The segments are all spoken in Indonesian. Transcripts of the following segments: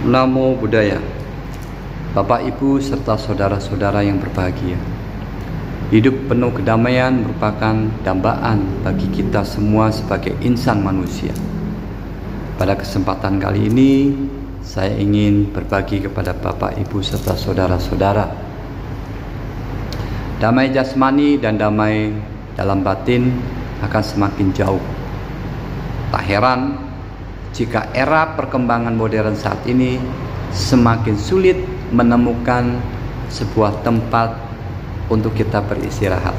Namo Buddhaya. Bapak, Ibu, serta saudara-saudara yang berbahagia. Hidup penuh kedamaian merupakan dambaan bagi kita semua sebagai insan manusia. Pada kesempatan kali ini, saya ingin berbagi kepada Bapak, Ibu, serta saudara-saudara. Damai jasmani dan damai dalam batin akan semakin jauh. Tak heran jika era perkembangan modern saat ini semakin sulit menemukan sebuah tempat untuk kita beristirahat.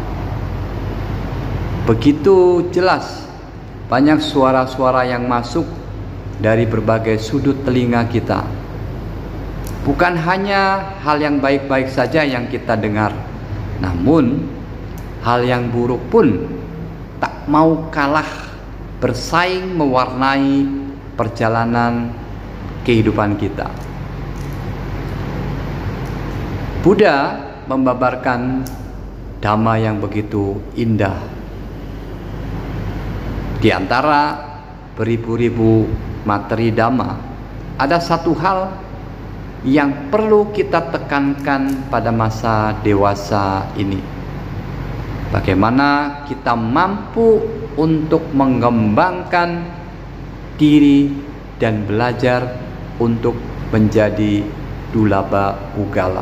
Begitu jelas banyak suara-suara yang masuk dari berbagai sudut telinga kita. Bukan hanya hal yang baik-baik saja yang kita dengar, namun hal yang buruk pun tak mau kalah bersaing mewarnai perjalanan kehidupan kita. Buddha membabarkan dhamma yang begitu indah. Di antara beribu-ribu materi dhamma, ada satu hal yang perlu kita tekankan pada masa dewasa ini. Bagaimana kita mampu untuk mengembangkan diri dan belajar untuk menjadi Dulaba Pugala.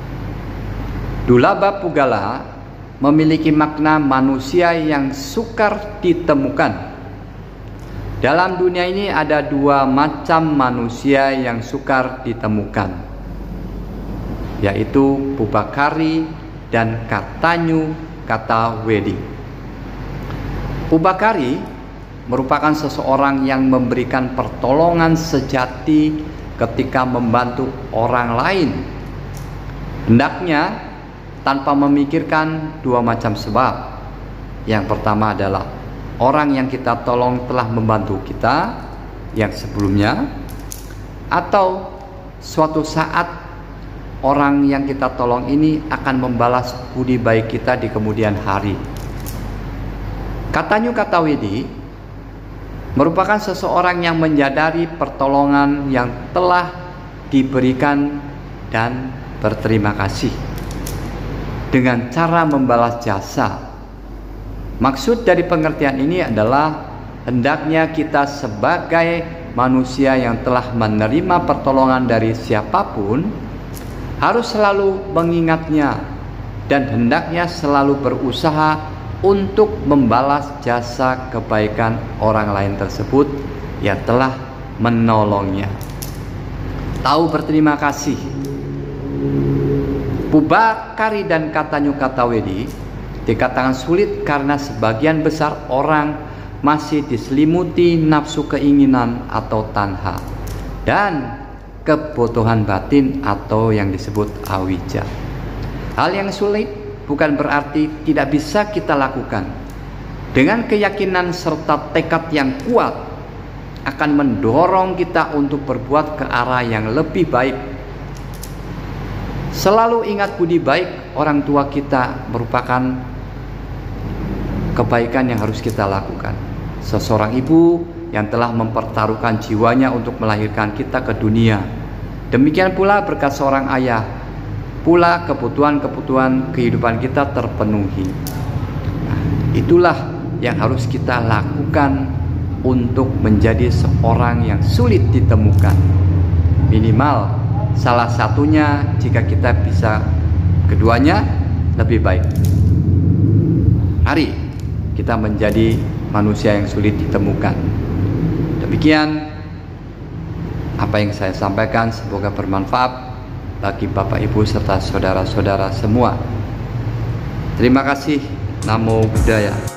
Dulaba Pugala memiliki makna manusia yang sukar ditemukan. Dalam dunia ini ada dua macam manusia yang sukar ditemukan, yaitu Pubakari dan Katanyu Katawedi. Pubakari merupakan seseorang yang memberikan pertolongan sejati ketika membantu orang lain. Hendaknya tanpa memikirkan dua macam sebab. Yang pertama adalah orang yang kita tolong telah membantu kita yang sebelumnya, atau suatu saat orang yang kita tolong ini akan membalas budi baik kita di kemudian hari. Katanyu Katawedi merupakan seseorang yang menyadari pertolongan yang telah diberikan dan berterima kasih dengan cara membalas jasa. Maksud dari pengertian ini adalah hendaknya kita sebagai manusia yang telah menerima pertolongan dari siapapun harus selalu mengingatnya dan hendaknya selalu berusaha untuk membalas jasa kebaikan orang lain tersebut yang telah menolongnya. Tahu berterima kasih. Pubakari dan Katanyu Katawedi dikatakan sulit karena sebagian besar orang masih diselimuti nafsu keinginan atau tanha dan kebutuhan batin atau yang disebut awija. Hal yang sulit bukan berarti tidak bisa kita lakukan. Dengan keyakinan serta tekad yang kuat akan mendorong kita untuk berbuat ke arah yang lebih baik. Selalu ingat budi baik orang tua kita merupakan kebaikan yang harus kita lakukan. Seseorang ibu yang telah mempertaruhkan jiwanya untuk melahirkan kita ke dunia. Demikian pula berkat seorang ayah, pula kebutuhan-kebutuhan kehidupan kita terpenuhi. Nah, itulah yang harus kita lakukan untuk menjadi seorang yang sulit ditemukan. Minimal salah satunya, jika kita bisa keduanya, lebih baik. Mari kita menjadi manusia yang sulit ditemukan. Demikian apa yang saya sampaikan, semoga bermanfaat bagi Bapak, Ibu, serta saudara-saudara semua. Terima kasih. Namo Buddhaya.